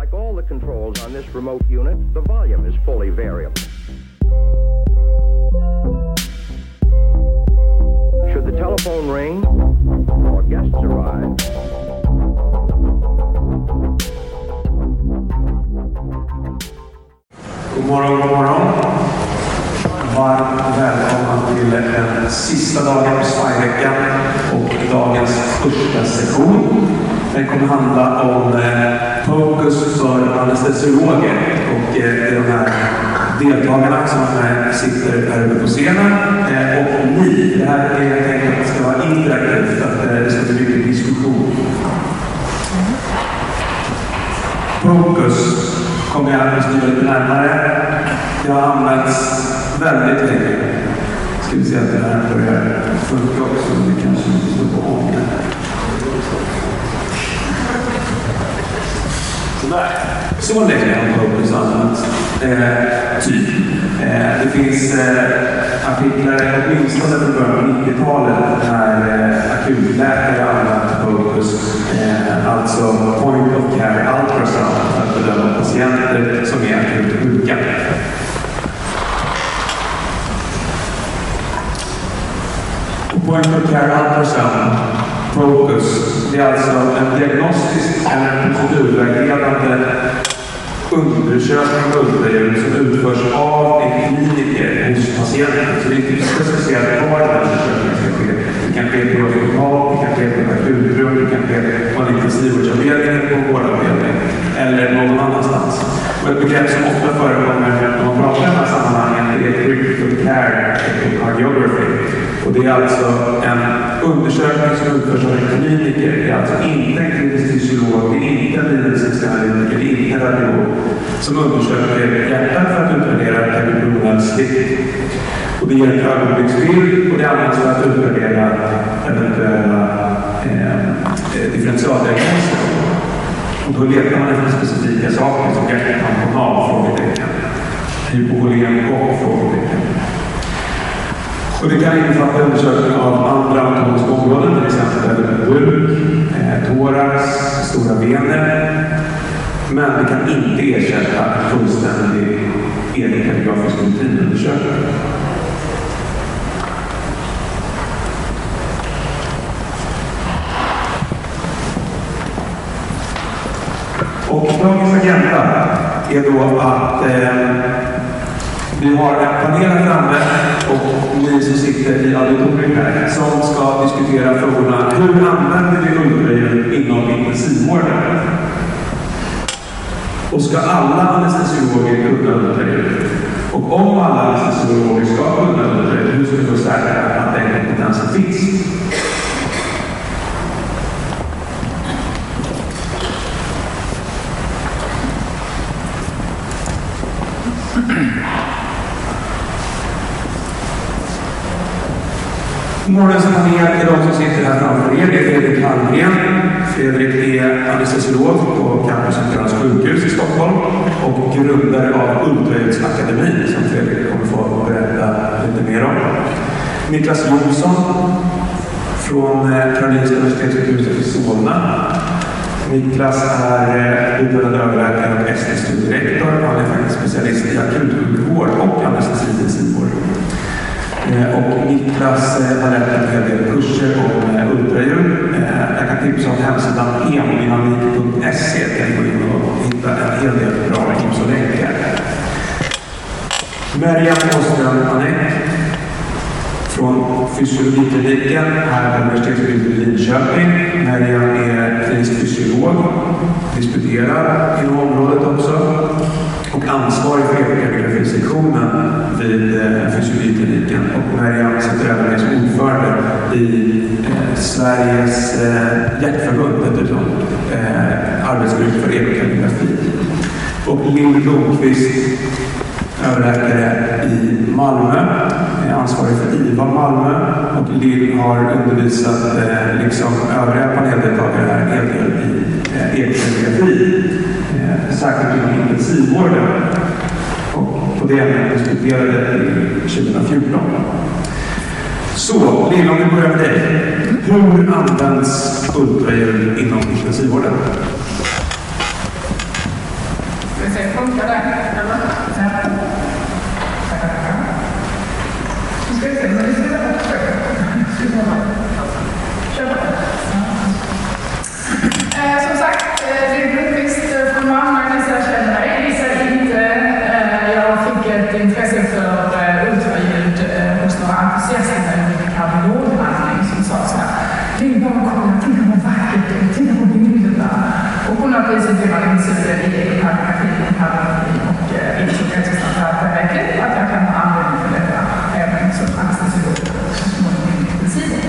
Like all the controls on this remote unit, the volume is fully variable. Should the telephone ring or guests arrive, God morgon. Varmt välkomna till den sista dagen på Svajveckan och dagens första session. Den kommer handla om fokus för anestesiologer och det är de här deltagarna som sitter här uppe på scenen och ni. Det här är tänkt att det ska vara interaktivt, att det ska bli mycket diskussion. Fokus kommer jag att styra lite närmare. Det har använts väldigt länge. Ska vi se att det här börjar funka också. Det kanske inte står på om det. Sådär. Så länge har fokus använts. Typ. Det finns artiklar åtminstone från början på 90-talet när akutläkare använt fokus. Alltså point of care ultrasound för att bedöma patienter som är akut sjuka. Point of care ultrasound focus, det är alltså en diagnostisk eller en procedurvägledande undersökning av ultraljud som utförs av en kliniker hos patienten. Så det är inte specificerat var den undersökningen ska ske. Det kan ske på hospital, det kan ske på ett akutrum, det kan ske på en intensivvårdsavdelning, på vårdavdelning eller någon annanstans. Och ett begrepp som ofta förekommer när man pratar i de här sammanhangen är critical care echocardiography. Och det är alltså en undersökning som utförs av en kliniker. Det är alltså inte en klinisk fysiolog, det är inte en medicinsk analytiker, det är inte en radiolog som undersöker hjärtat för att utvärdera kapillonal slitt. Och det ger en ögonblicksbild och det används för att utvärdera eventuella differentialdiagnoser. Och då letar man efter specifika saker som hjärttamponad, frågetecken, hypovolem och frågetecken. Och det kan innefatta undersökning av andra anatomiska områden, till exempel buk, thorax, stora vener. Men det kan inte ersätta en fullständig egen kardiografiskt rutinundersökning. Och dagens agenda är då att vi har en panel här framme och ni som sitter i auditoriet här som ska diskutera frågorna: hur använder vi ultraljud inom intensivvården? Och ska alla anestesiologer kunna ultraljud? Och om alla anestesiologer ska kunna ultraljud, hur ska vi då säkra att den kompetensen finns? Morgonens panel är de som sitter här framför er. Det är Fredrik Hallgren. Fredrik är anestesiolog på Campus Centrals sjukhus i Stockholm och grundare av Ultraljudsakademin som Fredrik kommer få berätta lite mer om. Niklas Jonsson från Karolinska universitetssjukhuset i Solna. Niklas är utbildad överläkare och ST-studiedirektor. Han är faktiskt specialist i akutsjukvård och anestesiintensivvård. Och Niklas har lärt en hel del kurser om ultraljud. Jag kan tipsa om hemsidan hemodynamik.se där ni går in och hittar en hel del bra tips och länkar. Marianne Åström-Anek från fysiologikliniken här på Universitetssjukhuset i Linköping. Marianne är klinisk fysiolog, disputerad inom området också och ansvarig för echokardiografissektionen vid fysiologikliniken. Och Marianne sitter även med som ordförande i Sveriges hjärtförbund, arbetsgrupp för ekokardiografi. Och Lill Blomqvist, överläkare i Malmö, är ansvarig för IVA Malmö, och Lill har undervisat liksom övriga paneldeltagare här en hel del i ekokardiografi, särskilt inom intensivvården. Och på det ämnet diskuterade 2014. Så, Lill, om vi börjar med dig. Hur används ultraljud inom intensivvården? se, funkar det? Eller? Ja. Nu ska vi se, men vi ska det också. Som sagt, det är Blomqvist från Malmö, vissa känner mig, vissa inte. Jag fick ett intresse för ultraljud hos några entusiaster med olika kardiologbehandling som sa så här: det är bara att kolla, titta på vackert, titta på bilderna. Och på något vis blev man insugen i ekokardiografin och insåg att det räcker att jag kan ha användning för detta även som anestesiolog och så småningom intensiv.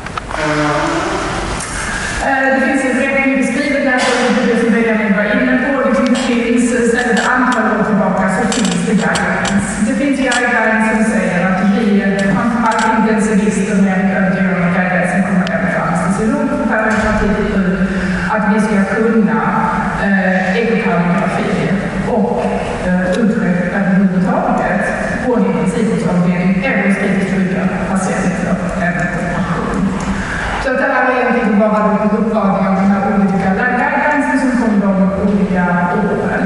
Det finns ju rätt mycket skrivet där så det som Benjamin var inne på. Det finns sedan ett antal år tillbaka så finns det guidelines. Det finns guidelines som säger att vi framförallt intensivister med cardiologiska guidelines som kommer över för anestesiolog per att vi ska kunna ekokardiografi och ultraljud överhuvudtaget på en intensivvårdsavdelning eller kritiskt sjuka patienter även på pension. Så det här är egentligen bara en uppdragning av de här olika guidelines som kom de olika åren.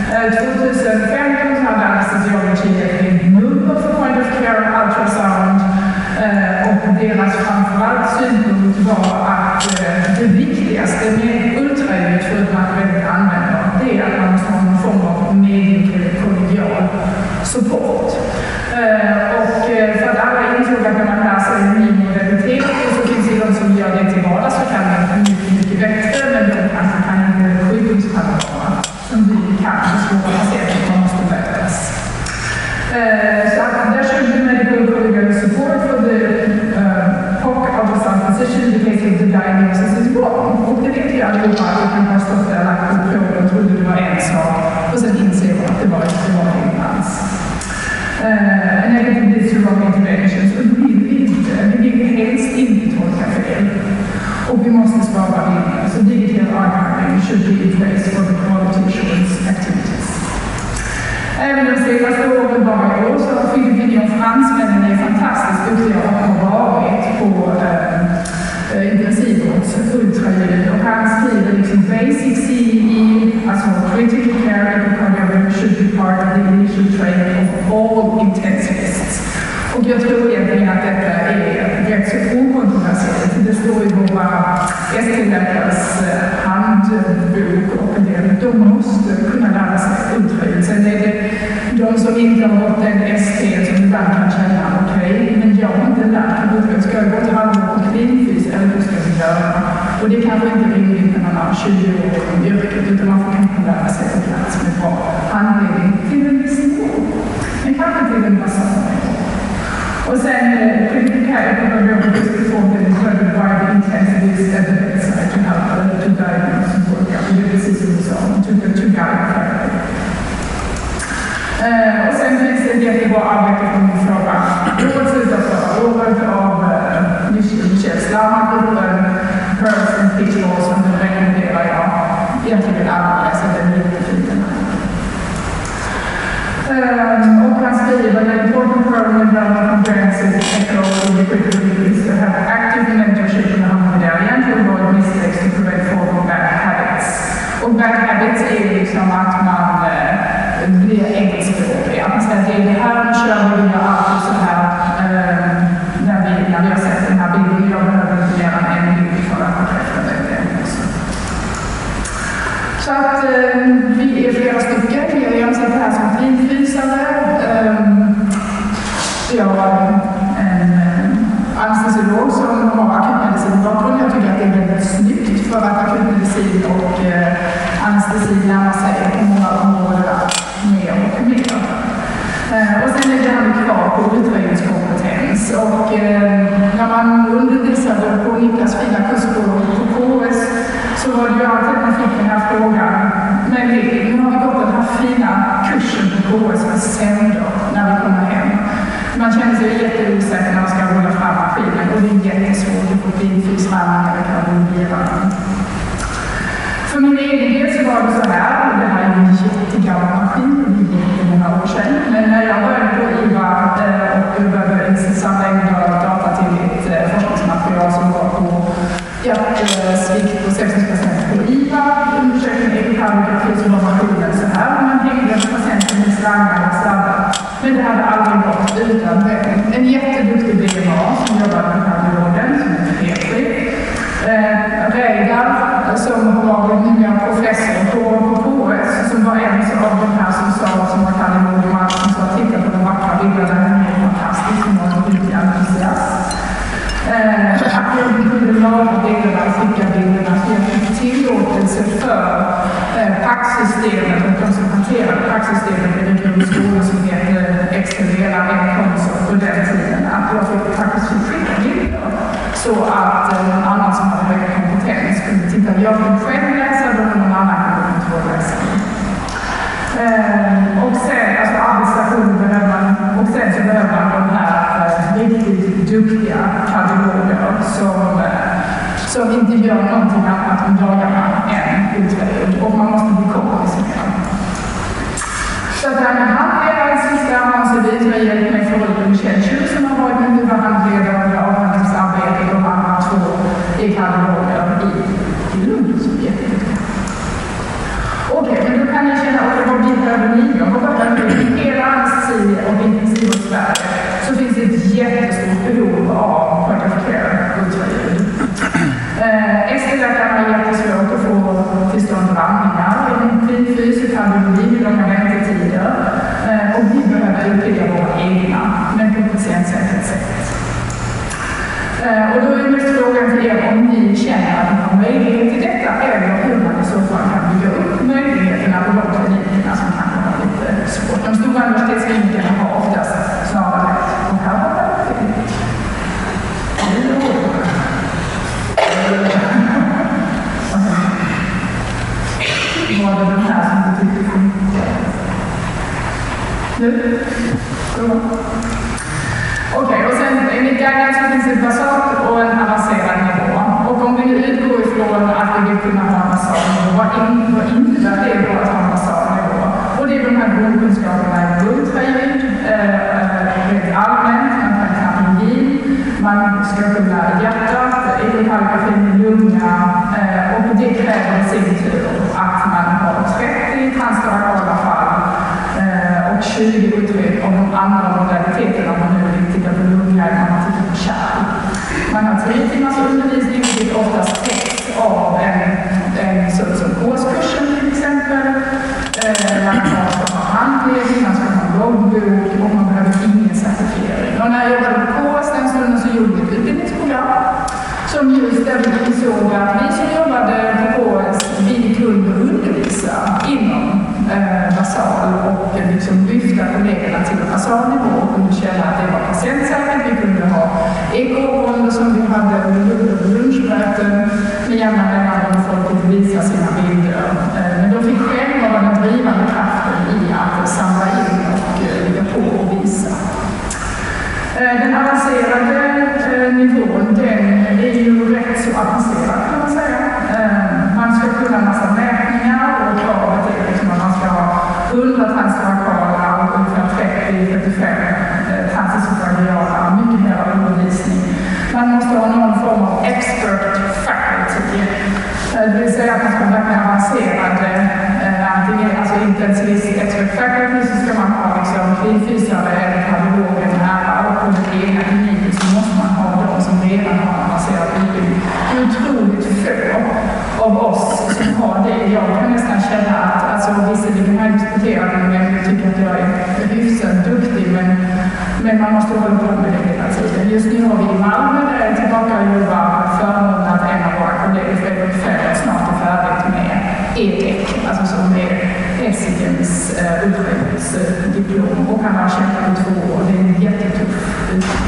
2015 hade anestesiologi ett nummer för point of care ultrasound och deras framförallt synpunkt var att det viktigaste med ultraljud för att man väldigt använder det är att man måste ha någon form av medkollegial support. Och för att alla insåg att när man lär sig en ny modalitet så finns det de som gör det till vardags så kan man mycket bättre, men de kanske kan inte sjukhusparagrafer som vi kan så svåra patienter som måste mötas. Så att där körde vi medical collegial support for the POC ultrasound position in case of the diagnosis is wrong. Och det vet vi allihopa att vi kan ha stått där lagt på proven och trodde det var en sak och sen inser man att det var inte alls. Negative digital wrong interventions och vi vill helst inte tolka fel. Och vi måste spara bilder. Så digital archiving should be in place for the quality assurance activities. Även de senaste åren bara i år så fick vi och fransmännen är fantastiskt duktiga och har varit på intensivvårdsultraljud. Och han skriver liksom basic CE, alltså critical care echocardiography should be part of the initial training of all intensivists. Och jag tror egentligen att detta är rätt så okontroversiellt. Det står i våra ST-läkares handbok och de måste kunna lära sig ultraljud. Sen är det de som inte har gått en ST som ibland kan känna okej, men jag har inte lärt mig ultraljud. Ska jag gå ett halvår på kvinnfys eller hur ska vi göra? Och det är kanske inte rimligt när man har 20 år i yrket utan man får kanske lära sig på plats med bra handledning till en viss nivå. Men kanske till en massa nivå. Och sen critical care kommer vi att diskussionen i själva varje intensivist at the bedside to help to diagnose and work out. Det är precis som du sa, to guide therapy. Och sen finns det ett jättebra arbete från min förra året av Michel Slammargruppen, Pearls and Pitfalls, som den rekommenderar jag. Egentligen vill alla läsa den jättefint. Och han skriver that important problem in development comprehensive echo in the critical is to have active mentorship in the home medallion to avoid mistakes to prevent formal bad habits. Och bad habits är liksom att man blir engelskspråkig. Att man säger att det är det här man kör och vi gör alltid så här när vi har sett den här bilden. Jag behöver inte göra en bild för att bekräfta det. Så att vi är flera stycken. Jag har sett det här som finfysare. Jag har en anestesiolog som har akutmedicinbakgrund. Jag tycker att det är väldigt snyggt för att akutmedicin och anestesi närmar sig på många områden mer och mer. Och sen lägger han kvar på utredningskompetens. Och när man undervisade på Niklas fina kurspår på KS så var det ju alltid att man fick den här frågan. Men nu har vi gått den här fina kursen på KS med sänder när vi kommer hem. Man känner sig jätteosäker när man ska rulla fram maskinen och det är jättesvårt att få finfysramman eller kardiologiramman. För min egen del så var det så här, och det här är en jättegammal maskin, det är inte många år sedan. Men när jag började på IVA och började samla in data till mitt forskningsmaterial som var på hjärtsvikt på 60% på IVA, undersökningen ekokardiografi så var maskinen så här. Man hänger sluta med en jätteduktig BMA som jobbar på kardiologen som heter Petri. Reidar som har varit numera professor på KS som var en av de här som var kardiologer som sa titta på de vackra bilderna, det här är fantastiskt, som var en riktig entusiast. Att jag kunde laga bilderna och skicka bilderna så jag fick tillåtelse för PAC-systemet och de som hanterade PAC-systemet i den grundskolan som heter Excelera Konsol på den tiden, att jag faktiskt fick skicka bilder så att någon annan som hade högre kompetens kunde titta. Jag kunde själv läsa och någon annan kunde kontrollläsa. Och sen, alltså arbetsstationen behöver man, och sen så behöver man de här riktigt duktiga kardiologer som inte gör någonting annat om dagarna än ultraljud, och man måste bli kompis med dem. Så att han är den sista Hans-Edin som har hjälpt mig förutom Kjell som har varit min huvudhandledare under avhandlingsarbetet, och de andra två är kardiologer i Lund som är jätteduktiga. Okej, men då kan ni känna att vad vi behöver ni och vad behöver vi? I hela anestesi och intensivvård-Sverige så finns det ett jättestort behov av point of care ultraljud. ST-läkarna är jättesvårt att få till stånd landningar. I fysisk kardiologi med långa väntetider. Och vi behöver utbilda våra egna, men på ett patientsäkert sätt. Och då är mest frågan till er om ni känner att ni har möjlighet till detta eller hur man i så fall kan bygga upp möjligheterna på de klinikerna som kanske har lite svårt. De stora universitetsklinikerna har oftast snarare och här har det fint. Var det den här som du tyckte funkar? Nu? Okej, och sen enligt guidelines så finns ett basalt och en avancerad nivå. Och om vi nu utgår ifrån att vi vill kunna ha en basal nivå, vad innebär det då att ha en basal nivå? Och det är de här grundkunskaperna i ultraljud, rent allmänt, man kan kardiologi, man ska kunna hjärtat, ekologin i lunga, och det kräver i sin tur att man har 30 transtorakala fall och 20 uttryck av de andra modaliteterna man nu vill titta på lunga eller man tittar på kärl. Man har 3 timmars undervisning, vilket oftast täcks av en sån som årskursen till exempel. Man ska ha handledning, man ska ha loggbok och man behöver ingen certifiering. Och när jag jobbade på KS den stunden så gjorde vi ett utbildningsprogram som just där vi insåg att vi som jobbade på KS, vi kunde undervisa inom basal och liksom lyfta kollegorna till basal nivå och kunde känna att det var patientsäkert. Vi kunde ha ekorunder som vi hade under lunchmöten med jämna mellanrum och folk kunde visa sina bilder. Men de fick själva vara den drivande kraften i att samla in och ligga på och visa. Den avancerade nivån, den är ju rätt så avancerad kan man säga. Man ska kunna en massa mätningar och kravet är liksom att man ska ha 100 transtorakala och ungefär 30-35 transistoragiala, mycket mer undervisning. Man måste ha någon form av expert faculty, det vill säga att man ska verkligen avancerade, antingen alltså intensivist expert faculty så ska man ha liksom fysiare eller kardiologer nära och på den egna kliniken så måste man ha de som redan har avancerad utbildning. Det är otroligt få av oss som har det. Jag kan nästan känna att, alltså visserligen har jag diskuterat det men jag tycker att jag är hyfsat duktig men man måste hålla på med det hela tiden. Just nu har vi i Malmö där jag är tillbaka och jobbar förmånen att en av våra kollegor Fredrik Fäder snart är färdigt med EDEC, alltså som är Essigens utredningsdiplom och han har kämpat i 2 år. Det är en jättetuff utbildning.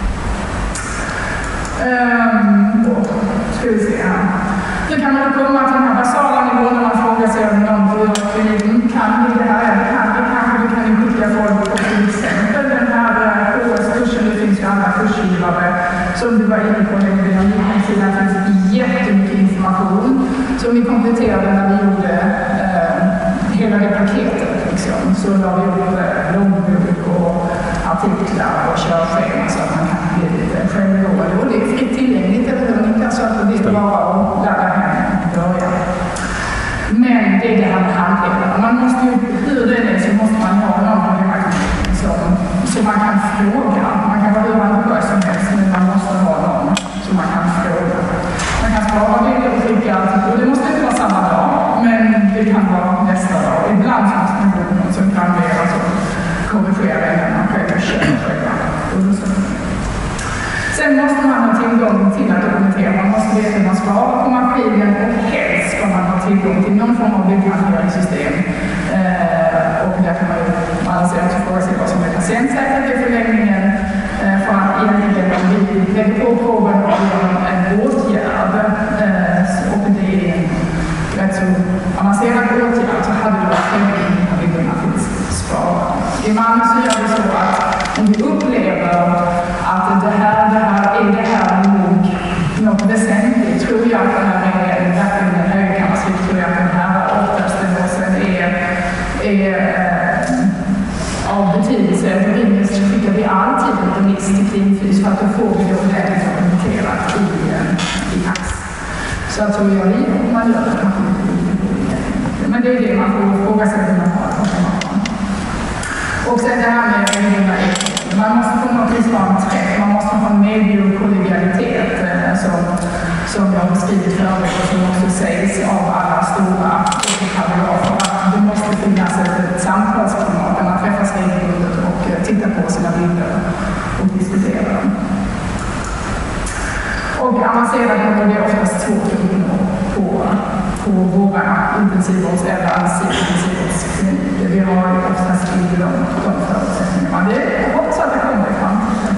Ska vi se här. Nu kan man komma till den här basala nivån när man frågar sig om någon på kliniken kan vi det här eller kan vi kanske kan ni skicka folk på till exempel den här KS-kursen. Det finns ju andra kursgivare som du var inne på när vi har hemsidan finns jättemycket information som vi kompletterade när vi gjorde hela det paketet liksom. Så la vi upp loggbok och artiklar och körschema så att man kan bli lite självråd. Och det är fritt tillgängligt eller hur? Ni kan söka det bara och ladda hem och börja. Men det är det här med handledare. Man måste ju, hur det är så måste man ha någon som man kan fråga det kan vara nästa dag. Ibland så måste man gå någon som kan leva som korrigera innan man själv kör själva undersökningen. Sen måste man ha tillgång till att dokumentera. Man måste veta hur man ska ha på maskinen och helst ska man ha tillgång till någon form av bygghanteringssystem. Och där kan man ju också fråga sig vad som är patientsäkert i förlängningen. För att egentligen om vi lägger på proven och gör en åtgärd och det är en rätt så avancerad åtgärd så hade det varit trevligt om bilderna finns sparade. I Malmö så gör vi så att om vi upplever att det här nog något väsentligt, tror jag att det här är verkligen en högkapacitet, tror jag att den här återställelsen är av betydelse för ringen, så skickar vi alltid en remiss till Klinfys för att då får vi det ordentligt dokumenterat i AX. Så att så gör vi om man gör det. Men det är det man får fråga sig hur man har det. Och sen det här med reglerna man måste på något vis ha en träff, man måste ha en medbjud kollegialitet som jag har beskrivit förut och som också sägs av alla stora paragrafer. Det måste finnas ett samtalsklimat där man träffas regelbundet och tittar på sina bilder och diskuterar dem. Och avancerade mål är oftast svårt att uppnå på våra intensivvårds- eller intensivvårdskliniker. Vi har oftast inte de förutsättningarna. Det är hoppas att det kommer i framtiden.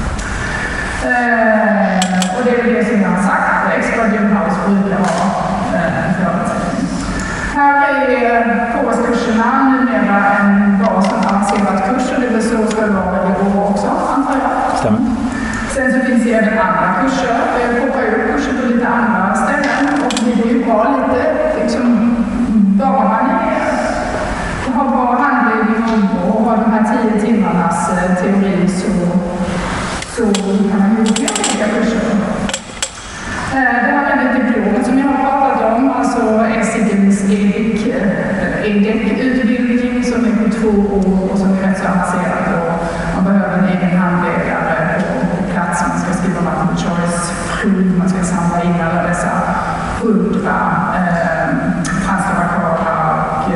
Och det är det som jag har sagt. Extra Gymhouse brukar ha en förutsättning. Här är påskurserna numera en bas som avancerad kurs och det är så ska det vara i år också, antar jag. Stämmer. Sen så finns det även andra kurser. Jag poppar upp kurser på lite andra ställen och det är ju bra lite, liksom, bara man har bra handledning och har de här 10 timmarnas teori så kan man ju göra olika kurser. Det här är det diplomet som jag har pratat om, alltså SIGENs EDEC-utbildning som är på 2 år och som är rätt så avancerad och man behöver en egen handledare på plats, man ska skriva multiple choice-prov, man ska samla in alla dessa 100 translokala och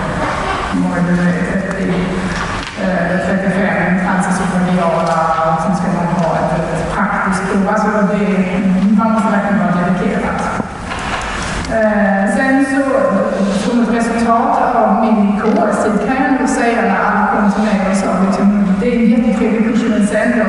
35 transesophageala och sen ska man ha ett praktiskt prov. Alltså man måste verkligen vara dedikerad. Sen så som ett resultat av min KS-tid kan jag nog säga när alla kom till mig och sa liksom, det är en jättetrevlig kurs men sen då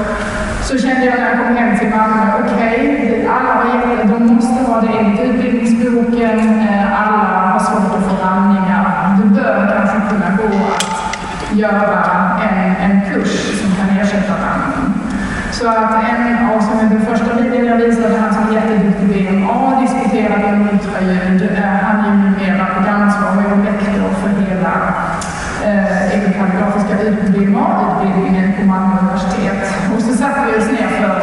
så kände jag när jag kom hem till Malmö, okej, alla var de måste ha det enligt utbildningsboken, alla har svårt att få ramningar. Det bör kanske kunna gå att göra en kurs som kan ersätta ramning. Så att en av som är den första videon jag visade, han som är jätteduktig BMA, diskuterade en ultraljud. Han är numera programansvarig och lektor för hela ekokardigrafiska BMA-utbildningen på Malmö universitet. Och så satte vi oss ner för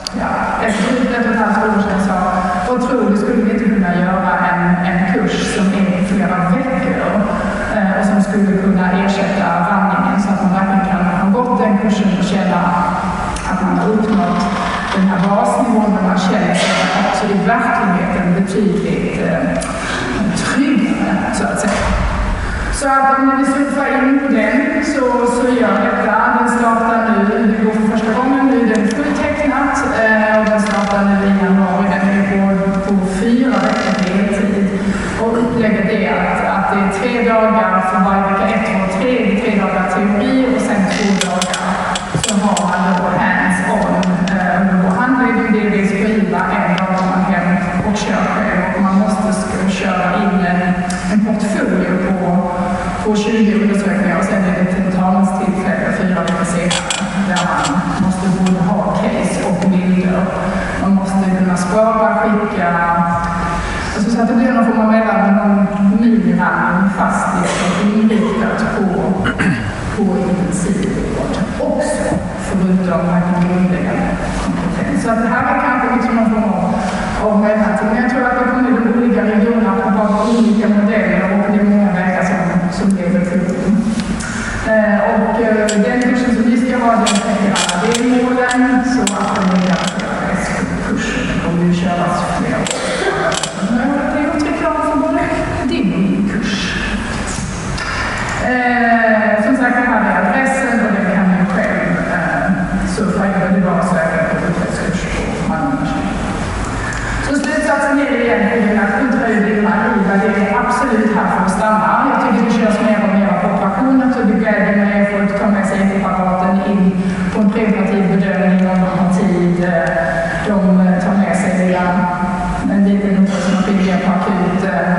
ett och ett halvt år sedan och sa, vad tror du, skulle vi inte kunna göra en kurs som är flera veckor och som skulle kunna ersätta ramningen så att man verkligen kan ha gått den kursen och känna att man har uppnått den här basnivån där man känner sig också i verkligheten betydligt tryggare, så att säga. Så att om ni vill surfa in på den så gör detta. Den startar nu, det går för första gången nu, den är fulltecknat och den startar nu i januari. Den är på 4 veckor heltid och upplägget är att det är 3 dagar för varje vecka, 1, 2, 3, 3 dagar teori och sen 2 dagar så har man då hands-on under vår handledning. Det är det skriva en dag man hem och kör själv och man måste köra in en portfolio på 20 undersökningar och sen är det ett tentamens-tillfälle 4 veckor senare där man måste både ha case och bilder. Man måste kunna spara, skicka, alltså så att det blir någon form av någon miniramning fast inriktat på intensivvård också, förutom grundläggande kompetens. Så att det här är kanske liksom någon form av mellanting. Jag tror att det kommer de olika regionerna på olika modeller och det är många vägar som lever till. Och den kursen som vi ska ha, den tänker alla delmålen så att den är kursen kommer ju köras flera år. Det är reklam för både din absolut här för att stanna. Jag tycker det körs mer och mer på operationer, så det gläder mig att folk tar med sig preparaten in på en preventiv bedömning om de har tid. De tar med sig en liten utrustning på akuten,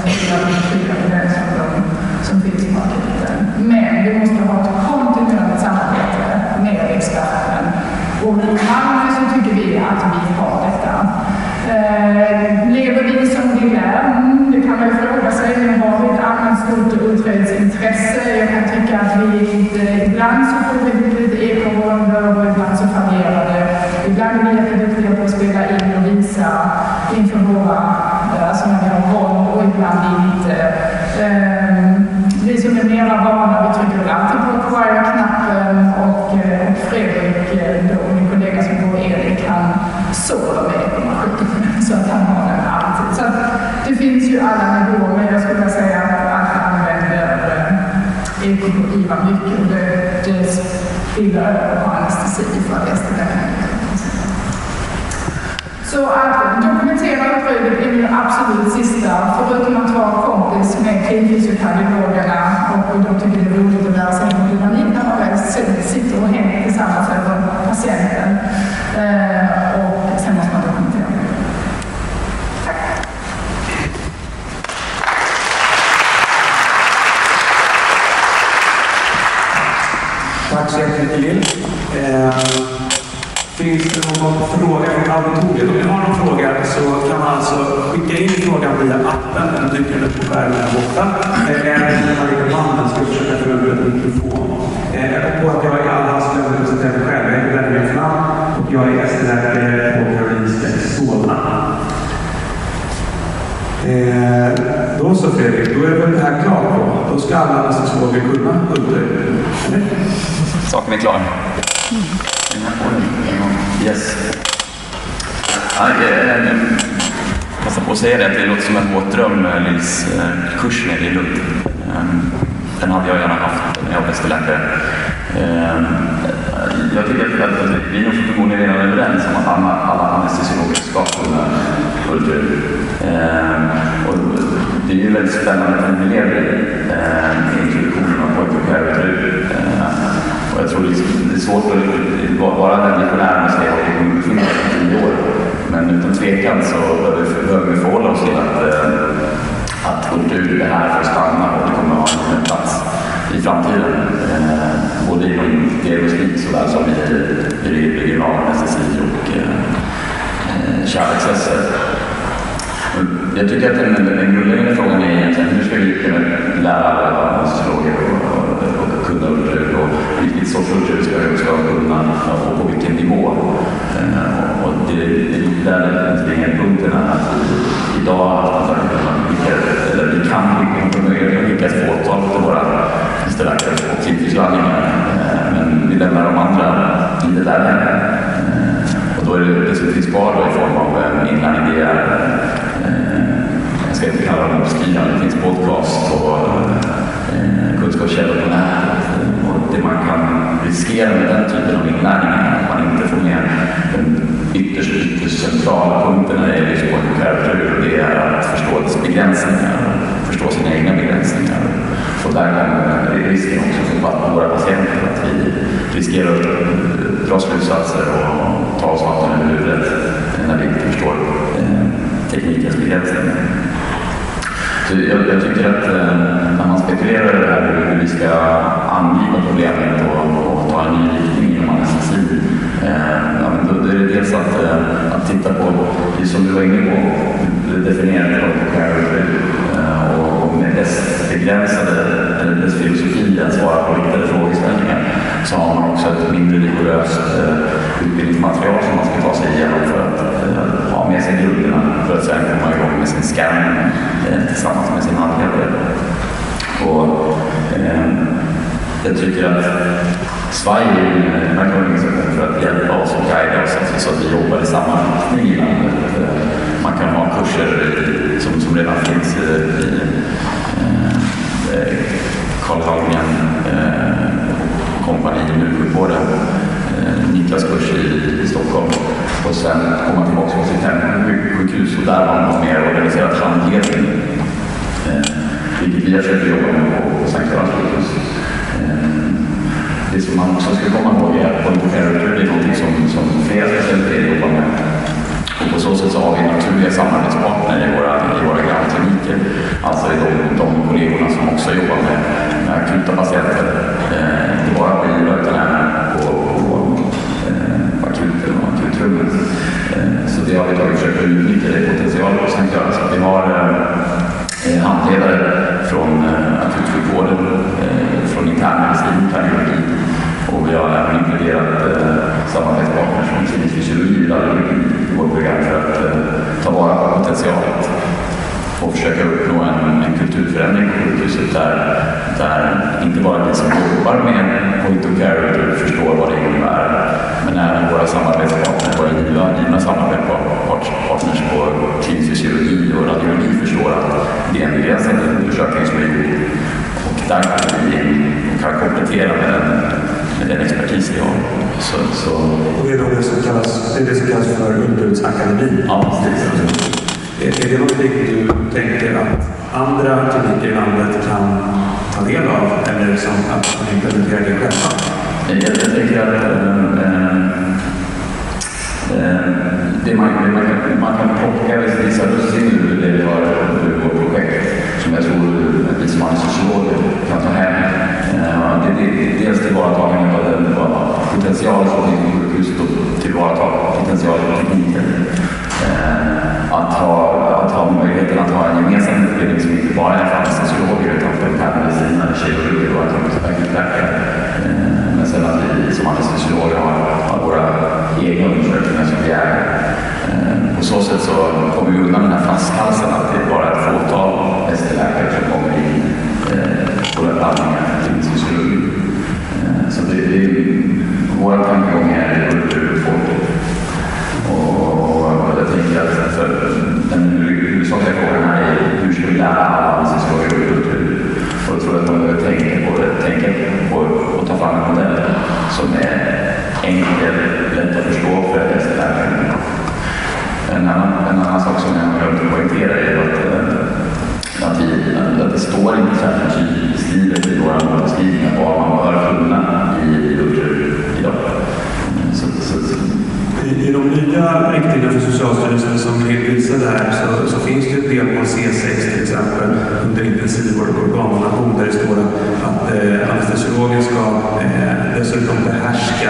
som finns på akuten. Men vi måste ha ett kontinuerligt samarbete med experten. Och i Malmö så tycker vi att vi har detta. Lever vi som vi lär? Det kan man ju fråga sig. Vi har ett allmänt stort utredningsintresse. Jag kan tycka att vi ibland så får vi lite ekorronder och ibland så fallerar det. Ibland är vi jätteduktiga på att spela in och visa inför våra, alltså när vi har våld, och ibland inte. Vi som är mera vana, vi trycker alltid på acquire-knappen, och Fredrik, då min kollega som går Erik, han sover med på maskinen, så att han har den alltid. Så att det finns ju alla nivåer, men jag skulle säga att han använder EKG mycket, och det spiller över på anestesi för resten av det. Så att dokumentera utbudet är det absolut sista, förutom att vara kompis med klinikfysiokardiologerna, och de tycker det är roligt att lära sig om dynamik när man väl sitter och hänger tillsammans över patienten. Och sen måste man dokumentera det. Tack. Tack så jättemycket, Lill. Finns det någon fråga från auditoriet? Om ni har någon fråga så kan man alltså skicka in frågan via appen. Den dyker upp på skärmen här borta. Eller när man lägger mannen ska försöka få över en mikrofon. Och att jag i all hast glömde presentera mig själv. Jag heter Daniel Flam och jag är ST-läkare på Karolinska i Solna. Då så Fredrik, då är väl det här klart då. Då ska alla anestesiologer kunna under. Saken är klar. Yes. Jag passar på att säga det, att det låter som en våtdröm, Lills kurs nere i Lund. Den hade jag gärna haft när jag var ST-läkare. Jag tycker att vi är förmodligen redan överens om att alla anestesiologer ska kunna kultur. Och det är ju väldigt spännande att vi lever i introduktionen av pojkar. Och jag tror det är svårt att vara den visionären och säga att vi kommer befinna oss i 10 år. Men utan tvekan så behöver vi förhålla oss till att kultur är här för att stanna, och det kommer att ha en plats i framtiden. Både inom diagnostik såväl som i regional anestesi och kärlexcesser. Jag tycker att den grundläggande frågan är egentligen hur ska vi kunna lära alla anestesiologer och kunna ultraljud, och vilket sorts ultraljud ska kunna och på vilken nivå. Och det är där den springande punkten är att idag vi kan skicka ett fåtal till våra ställläkare och klinikfysioläkare, men vi lämnar de andra i det där. Och då är det som finns kvar i form av inlärning. Det är, jag ska inte kalla dem uppskrivande, det finns podcast och kunskapskällor på nätet. Och det man kan riskera med den typen av inlärning är att man inte får med den ytterst centrala punkten när det gäller sportkarriär, och det är att förstå dess begränsningar, förstå sina egna begränsningar. Och där kan risken också för våra patienter att vi riskerar att dra slutsatser och ta oss vatten över huvudet när vi inte förstår teknikens begränsningar. Så jag tycker att när man spekulerar i det här hur vi ska angripa problemet och ta en ny riktning inom anestesi, då är det dels att titta på det som du var inne på, definierat och med dess begränsade, dess filosofi att svara på riktade frågeställningar, så har man också ett mindre rigoröst utbildningsmaterial som man ska ta sig igenom för att ha med sig grunderna för att sedan komma igång med sin scanning tillsammans med sin handledare. Och jag tycker att Sverige är en organisation för att hjälpa oss och guida oss så att vi jobbar i samma riktning i landet. Man kan ha kurser som redan finns i Karl Hallgren kompani i Njursjukvården, Niklas kurs i Stockholm, och sen komma tillbaka på sitt hemsjukhus, och där har man mer organiserat handledning vilket vi har försökt jobba med på Sankt Görans sjukhus. Det som man också ska komma ihåg är att point of care är någonting som flera specialiteter jobbar med. Och på så sätt så har vi naturliga samarbetspartner i våra grannkliniker. Alltså de kollegorna som också jobbar med akuta patienter. Inte bara på IVA utan även på akuten och akutrummet. Så det har vi försökt att utnyttja det potential på Sankt Görans. Vi har handledare från akutsjukvården, från internmedicin, kardiologi. Och vi har även inkluderat samarbetspartner från klinisk fysiologi i vårt program för att ta vara på potentialet och försöka uppnå en kulturförändring på sjukhuset där inte bara vi som jobbar med point of care förstår vad det innebär, men även våra samarbetspartner, våra givna samarbetspartners på klinisk fysiologi och radiologi förstår att det är en begränsad undersökning som är gjord och där kan vi in och kan komplettera med den expertis vi har. Och det är då det som kallas för Ultraljudsakademin. Ja, precis. Är det någonting du tänker att andra kliniker i landet kan ta del av eller som att man implementerar det själva? Jag tänker att det man kan plocka vissa russin ur det vi har ur vårt projekt som jag tror att vi som anestesiologer kan ta hem. Det är dels tillvaratagande av den potential som finns i sjukhuset och tillvarata potential av tekniken. Att ha möjligheten att ha en gemensam utbildning som inte bara är för anestesiologer utan för internmedicinare, kirurger och akutläkare. Men sen att vi som anestesiologer har våra egna undersökningar som vi äger. På så sätt så kommer vi undan den här flaskhalsen att det är bara ett fåtal ST-läkare som kommer in på den blandningen till fysiologi. Så det är våra tankegångar är kulturfolket. Och jag tänker att för den huvudsakliga frågan här är hur ska vi lära alla anestesiologer och kultur? Och jag tror att man behöver tänka på att ta fram en modell som är enkel, lätt att förstå för ST-läkare. En annan sak som jag glömt att poängtera är att det står inte särskilt tydligt beskrivet i våra målbeskrivningar vad man bör kunna i ultraljud idag. I de nya riktlinjerna för Socialstyrelsen som redovisar det här så finns det ett del på C6 till exempel under intensivvård och organdonation där det står att anestesiologen ska dessutom behärska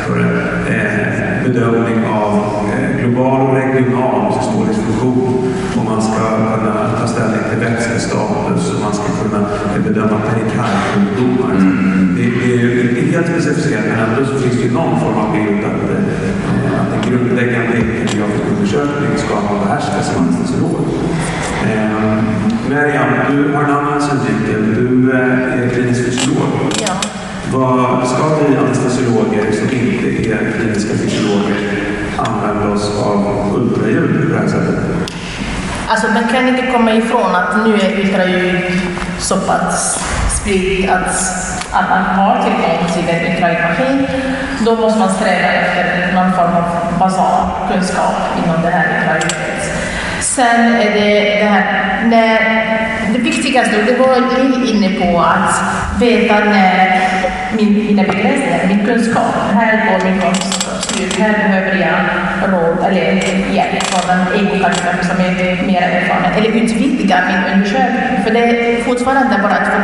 bedömning av global och regional systolisk funktion och man ska kunna ta ställning till vätskelstatus och man ska kunna bedöma perikardjukdomar. Det är ju inte helt specificerat men ändå så finns det någon form av bild att en grundläggande kardiologisk undersökning ska man behärska som anestesiolog. Miriam, du har en annan synvinkel. Du är klinisk fysiolog. Ja. Vad ska vi anestesiologer som inte är kliniska fysiologer använda oss av ultraljud på det här sättet? Alltså man kan inte komma ifrån att nu är ultraljud så pass spritt att man har tillgång till en ultraljudmaskin. Då måste man sträva efter någon form av basal kunskap inom det här ultraljudet. Sen är det här, det viktigaste, det var Lill inne på att veta när mina begränsningar, min kunskap, här går min kunskapsstyrk, här behöver jag råd eller hjälp från en ekokardiograf som är mer erfaren, eller utvidga min undersökning. För det är fortfarande bara ett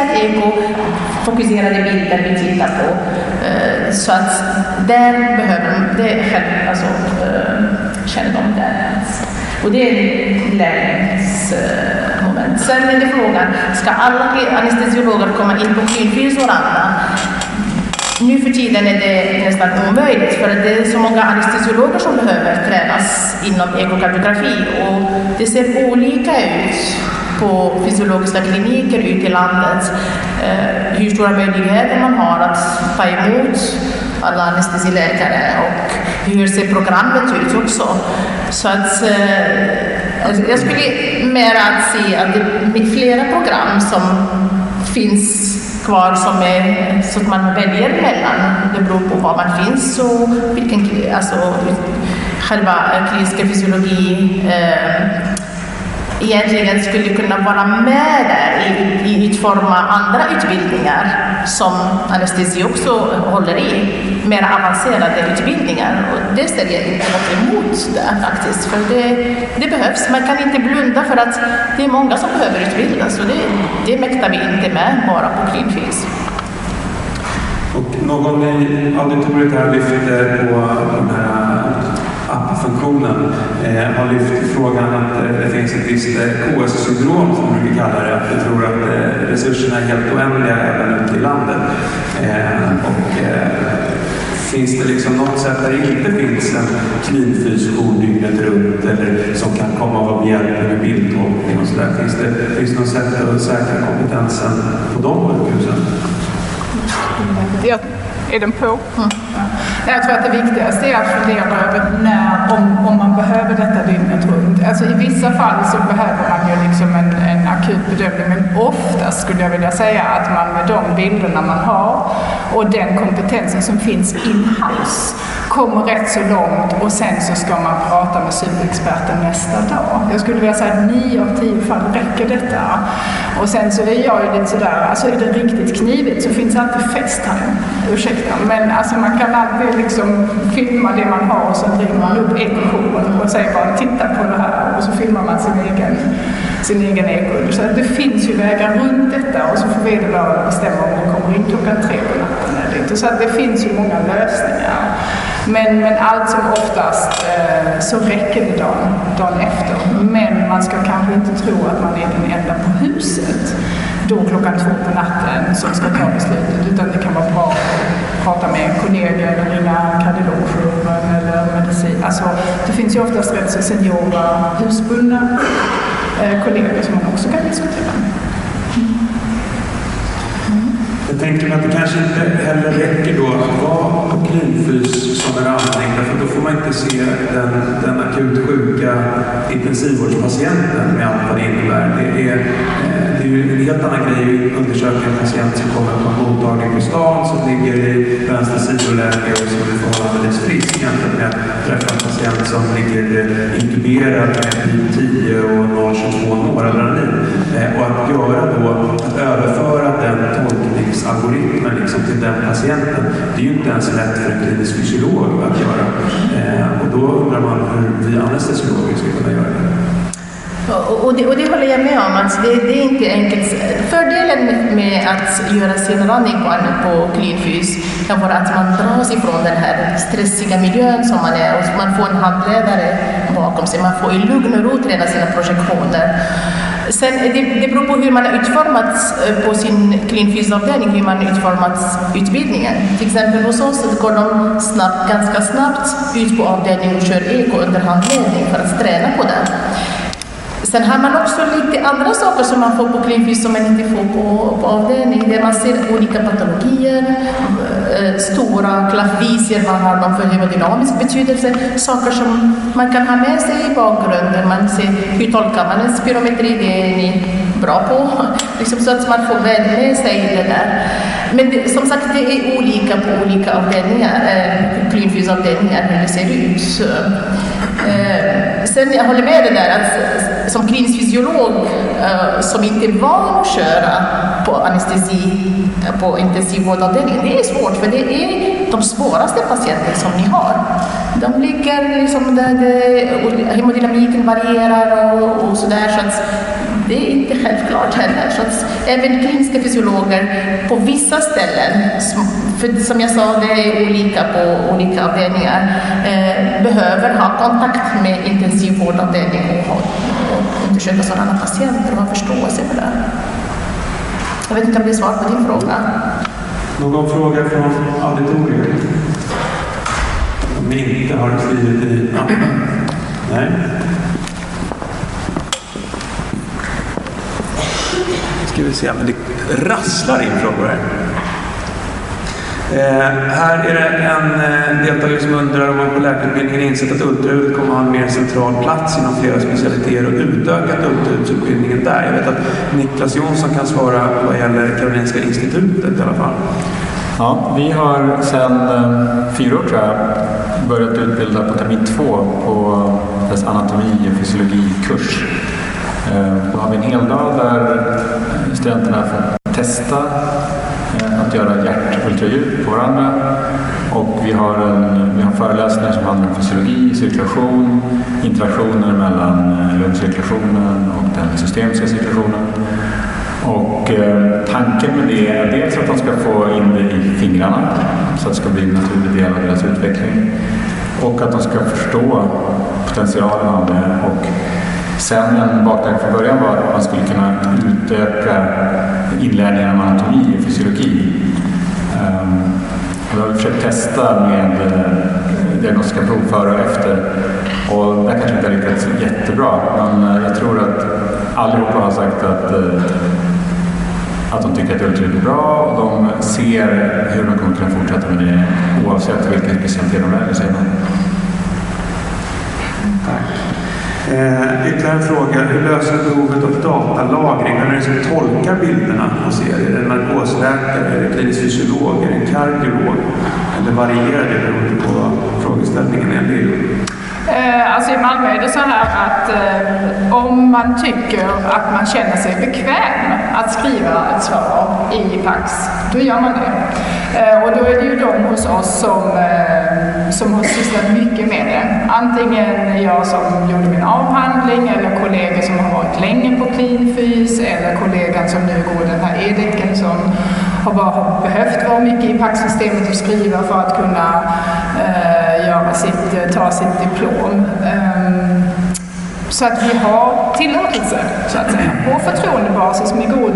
fokuserade bilder vi tittar på. Så att där behöver det själv, alltså kännedom där. Och det är en lärningsmoment. Sen är det frågan, ska alla anestesiologer komma in på klinikljusoranda? Nu för tiden är det nästan omöjligt för att det är så många anestesiologer som behöver tränas inom ekokardiografi och det ser olika ut på fysiologiska kliniker ute i landet. Hur stora möjligheter man har att ta emot alla anestesiläkare och hur ser programmet ut också. Så att jag skulle mer att se att det är flera program som finns kvar som är så att man väljer mellan. Det beror på var man finns och vilken, alltså själva kliniska fysiologi egentligen skulle kunna vara med där i utforma andra utbildningar som anestesi också håller i, mer avancerade utbildningar. Och det ställer jag inte något emot där faktiskt, för det behövs. Man kan inte blunda för att det är många som behöver utbildas, och det mäktar vi inte med bara på Cleanfys. Och någon i auditoriet här lyfter på den här appfunktionen har lyft frågan att det finns ett visst KS-syndrom som man brukar kalla det, att vi tror att resurserna är helt oändliga även ute i landet. Finns det liksom något sätt där det inte finns en Cleanfys-jour dygnet runt eller som kan komma och vara behjälplig med bildtolkning och sådär? Finns det något sätt att säkra kompetensen på de sjukhusen? Är den på? Mm. Jag tror att det viktigaste är att fundera över om man behöver detta dygnet runt. Alltså i vissa fall så behöver man ju liksom en akut bedömning, men oftast skulle jag vilja säga att man med de bilderna man har och den kompetensen som finns in-house kommer rätt så långt, och sen så ska man prata med superexperten nästa dag. Jag skulle vilja säga att 9 av 10 fall räcker detta. Och sen så är jag ju lite sådär, alltså är det riktigt knivigt så finns alltid FaceTime, ursäkta. Men alltså man kan alltid liksom filma det man har och så driver man upp ekojouren och säger bara titta på det här, och så filmar man sin egen ekojouren. Så det finns ju vägar runt detta, och så får vederbörande bestämma om det kommer in klockan 3 på natten eller inte. Så att det finns ju många lösningar. Men allt som oftast så räcker det dagen efter. Men man ska kanske inte tro att man är den enda på huset då klockan 2 på natten som ska ta beslutet, utan det kan vara bra att prata med kollegor eller ringa kardiologjouren eller medicin. Alltså, det finns ju oftast rätt så seniora husbundna kollegor som man också kan diskutera med. Jag tänker mig att det kanske inte heller räcker då att vara på Cleanfys som en anläggning, för då får man inte se den akut sjuka intensivvårdspatienten med allt vad det innebär. Det är ju en helt annan grej att undersöka en patient som kommer på en mottagning på stan som ligger i vänster sidoläge och som är förhållandevis frisk, jämfört med att träffa en patient som ligger intuberad med typ 10 och 0,22 noradrenalin. Och att göra då, att överföra den tolkningsalgoritmen liksom till den patienten, det är ju inte ens lätt för en klinisk fysiolog att göra. Och då undrar man hur vi anestesiologer ska kunna göra det. Och det håller jag med om, att det är inte enkelt. Fördelen med att göra sin running på Cleanfys kan vara att man dras ifrån den här stressiga miljön som man är, och man får en handledare bakom sig, man får i lugn och ro träna sina projektioner. Sen det beror på hur man har utformat på sin Cleanfys-avdelning, hur man har utformat utbildningen. Till exempel hos oss går de ganska snabbt ut på avdelningen och kör eko under handledning för att träna på det. Sen har man också lite andra saker som man får på Cleanfys som man inte får på avdelning, där man ser olika patologier, stora klaffvisier, man har dem för hemodynamisk betydelse, saker som man kan ha med sig i bakgrunden. Man ser hur tolkar man en spirometri, det är ni bra på, liksom, så att man får med sig det där. Men som sagt, det är olika på olika avdelningar, Cleanfys-avdelningar, hur det ser ut. Sen jag håller med det där att som klinisk fysiolog som inte är van att köra på anestesi på intensivvårdavdelningen, det är svårt, för det är de svåraste patienter som ni har. De ligger liksom där hemodynamiken varierar och sådär, så att det är inte självklart heller. Så att även kliniska fysiologer på vissa ställen, för som jag sa, det är olika på olika avdelningar, behöver ha kontakt med intensivvårdavdelningen och undersöka sådana patienter och ha förståelse för det. Jag vet inte om det är svar på din fråga. Någon fråga från auditoriet? Om ni inte har skrivit i appen? Nej. Ska vi se, men det rasslar in frågor här. Här är det en deltagare som undrar om man på läkarutbildningen insett att ultraljud kommer att ha en mer central plats inom flera specialiteter och utökat ultraljudsutbildningen där. Jag vet att Niklas Jonsson kan svara vad gäller Karolinska institutet i alla fall. Ja, vi har sedan 4 år tror jag börjat utbilda på termin 2 på dess anatomi- och fysiologikurs. Då har vi en hel dag där studenterna får testa att göra hjärtultraljud på varandra. Och vi har föreläsningar som handlar om fysiologi, cirkulation, interaktioner mellan lungcirkulationen och den systemiska cirkulationen. Och tanken med det är dels att de ska få in det i fingrarna så att det ska bli en naturlig del av deras utveckling. Och att de ska förstå potentialen av det. Och sen en baktanke från början var att man skulle kunna utöka inlärningen av anatomi och fysiologi. Och då har vi försökt testa med diagnostiska prov före och efter. Och det kanske inte har lyckats jättebra, men jag tror att allihopa har sagt att de tycker att ultraljud är bra och de ser hur de kommer kunna fortsätta med det oavsett vilken specialitet de väljer sig. Tack. Ytterligare en fråga. Hur löser behovet av datalagring? När du ska tolka bilderna och ser? Är det en narkosläkare, är det klinisk fysiolog, är det en kardiolog? Eller varierar det beroende på frågeställningen i en bild? Alltså i Malmö är det så här att om man tycker att man känner sig bekväm att skriva ett svar i Pax, då gör man det. Och då är det ju de hos oss som har sysslat mycket med det. Antingen jag som gjorde min avhandling eller kollegor som har varit länge på klinfys eller kollegan som nu går den här edeken som har behövt vara mycket i Pax-systemet och skriva för att kunna ta sitt diplom. Så att vi har tillåtelse så att säga, på förtroendebasis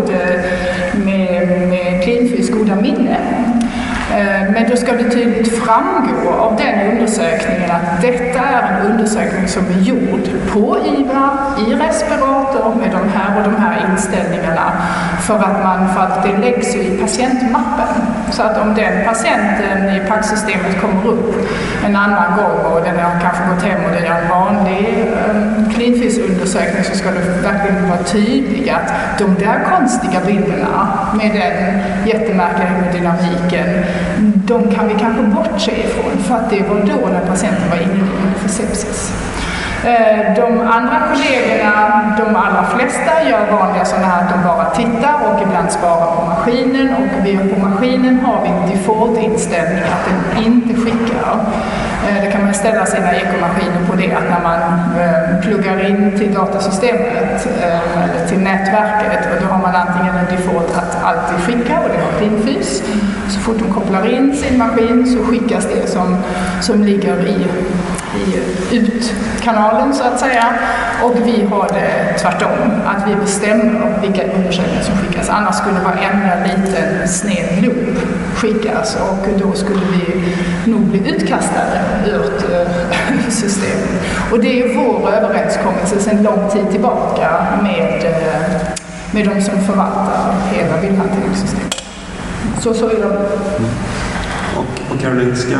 med klinfys goda minne. Men då ska det tydligt framgå av den undersökningen att detta är en undersökning som är gjord på IVA, i respirator med de här inställningarna för att det läggs i patientmappen. Så att om den patienten i Pax-systemet kommer upp en annan gång och den har kanske gått hem och det är en vanlig klinfysundersökning så ska det verkligen vara tydligt att de där konstiga bilderna med den jättemärkliga hemodynamiken, de kan vi kanske bortse ifrån för att det var då när patienten var inne för sepsis. De andra kollegorna, de allra flesta, gör vanliga sådana här att de bara tittar och ibland sparar på maskinen och på maskinen har vi en default-inställning att den inte skickar. Det kan man ställa sina ekomaskiner på det att när man pluggar in till datasystemet eller till nätverket och då har man antingen en default att alltid skicka och det har klinfys. Så fort de kopplar in sin maskin så skickas det som ligger i utkanalen så att säga. Och vi har det tvärtom, att vi bestämmer vilka undersökningar som skickas. Annars skulle varenda liten sned loop skickas och då skulle vi nog bli utkastade ur systemet. Och det är vår överenskommelse sedan lång tid tillbaka med de som förvaltar hela bildhanteringssystemet. Så är det. Och Karolinska?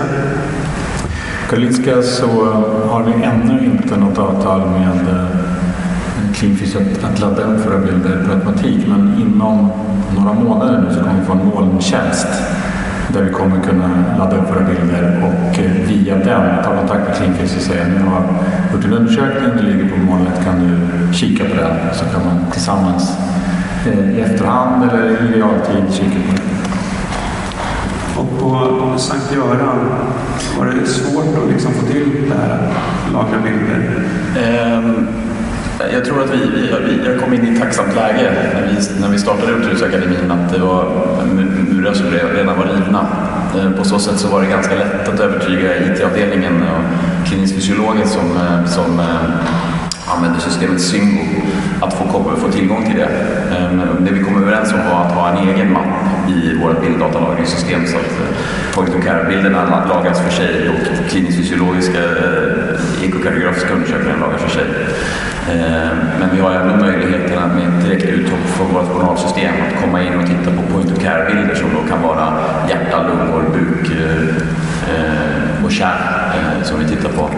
Karolinska så har vi ännu inte något avtal med klinfys att ladda upp våra bilder på automatik, men inom några månader nu så kommer vi få en molntjänst där vi kommer kunna ladda upp våra bilder och via den ta kontakt med klinfys och säga nu har gjort en undersökning, det ligger på molnet, kan du kika på den, så kan man tillsammans i efterhand eller i realtid kika på den. Och på Sankt Göran var det svårt att liksom få till det här lagra bilder? Jag tror att jag kom in i ett tacksamt läge när vi startade Ultraljudsakademin, att det var murar som redan var rivna. På så sätt så var det ganska lätt att övertyga IT-avdelningen och klinisk fysiologen som använder systemet Syngo att få tillgång till det. Det vi kom överens om var att ha en egen mapp i vårt bilddatalagringssystem så att point of care-bilderna lagras för sig och klinisk fysiologiska ekokardiografiska undersökningar lagras för sig. Men vi har även möjligheterna med ett direkt uthopp från vårt journalsystem att komma in och titta på point of care-bilder som då kan vara hjärta, lungor, buk och kärn som vi tittar på.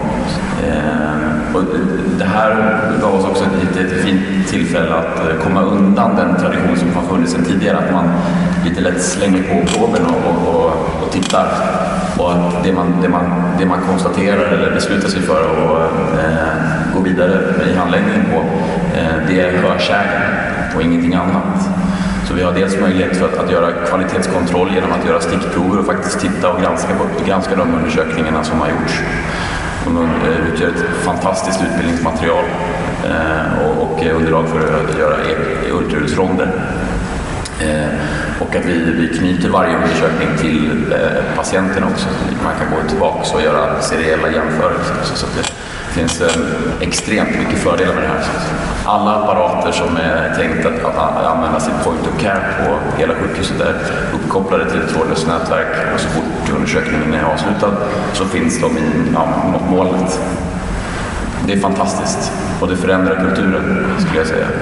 Och det här gav oss också ett fint tillfälle att komma undan den tradition som har funnits sedan tidigare, att man lite lätt slänger på proben och tittar, och att det man konstaterar eller beslutar sig för att gå vidare i handläggningen på Det är hörsägen och ingenting annat. Så vi har dels möjlighet för att göra kvalitetskontroll genom att göra stickprover och faktiskt titta och granska de undersökningarna som har gjorts. De utgör ett fantastiskt utbildningsmaterial och underlag för att göra ultraljudsronder. Och att vi knyter varje undersökning till patienten också. Man kan gå tillbaka och göra seriella jämförelser. Så att det finns extremt mycket fördelar med det här. Alla apparater som är tänkt att använda sitt point of care på hela sjukhuset är uppkopplade till ett trådlöst nätverk, och så fort undersökningen är avslutad så finns de i molnet. Det är fantastiskt och det förändrar kulturen, skulle jag säga.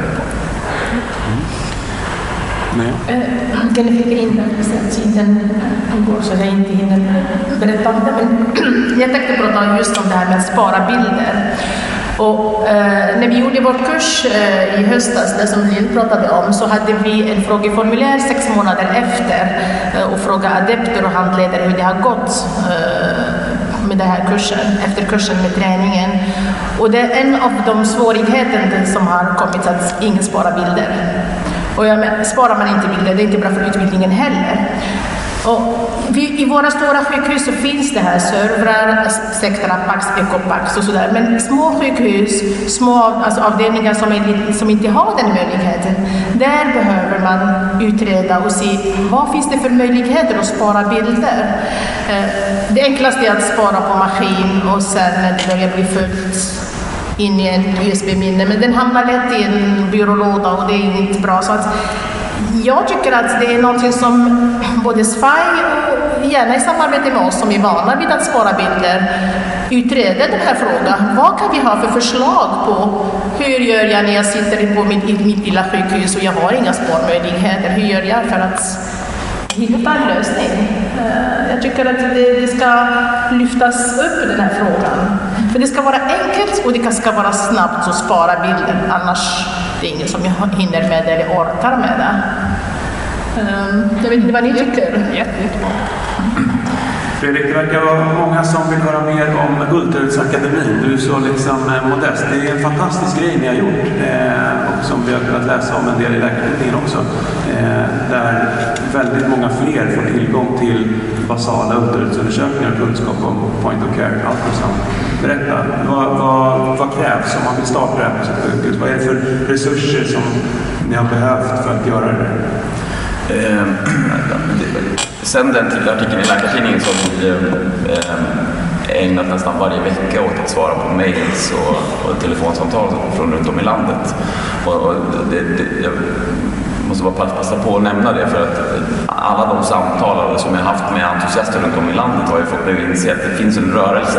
Kan jag flika in där tiden går så jag inte hinner berätta om det, men jag tänkte prata just om det här med att spara bilder. Och när vi gjorde vår kurs i höstas, det som Lill pratade om, så hade vi en frågeformulär 6 månader efter och frågade adepter och handledare hur det har gått med den här kursen, efter kursen med träningen. Och det är en av de svårigheterna som har kommit, att ingen sparar bilder. Och sparar man inte bilder, det är inte bra för utbildningen heller. Och i våra stora sjukhus så finns det här servrar, Sectrapax, Ecopax och sådär. Men små sjukhus, alltså avdelningar som inte har den möjligheten, där behöver man utreda och se vad finns det för möjligheter att spara bilder. Det enklaste är att spara på maskin och sen när det börjar bli fullt in i en USB-minne, men den hamnar lätt i en byrålåda och det är inte bra. Så att jag tycker att det är någonting som både SFAI och gärna i samarbete med oss som är vana vid att spara bilder utreder den här frågan. Vad kan vi ha för förslag på hur gör jag när jag sitter på mitt lilla sjukhus och jag har inga spårmöjligheter? Hur gör jag för att hitta en lösning? Jag tycker att det ska lyftas upp den här frågan. För det ska vara enkelt och det ska vara snabbt att spara bilden. Annars det är ingen som hinner med det eller orkar med det. Jag vet inte vad ni tycker. Jättebra. Fredrik, det verkar vara många som vill höra mer om Ultraljudsakademin. Du är så modest. Det är en fantastisk grej ni har gjort och som vi har kunnat läsa om en del i läkarutbildningen också. Där väldigt många fler får tillgång till basala ultraljudsundersökningar och kunskap om point of care. Berätta, vad krävs om man vill starta det här på sitt sjukhus? Vad är det för resurser som ni har behövt för att göra det? Sen den artikeln i Läkartidningen så har vi ägnat nästan varje vecka åt att svara på mejls och telefonsamtal från runt om i landet. Jag måste bara passa på att nämna det, för att alla de samtal som jag har haft med entusiaster runt om i landet har ju fått mig att inse att det finns en rörelse.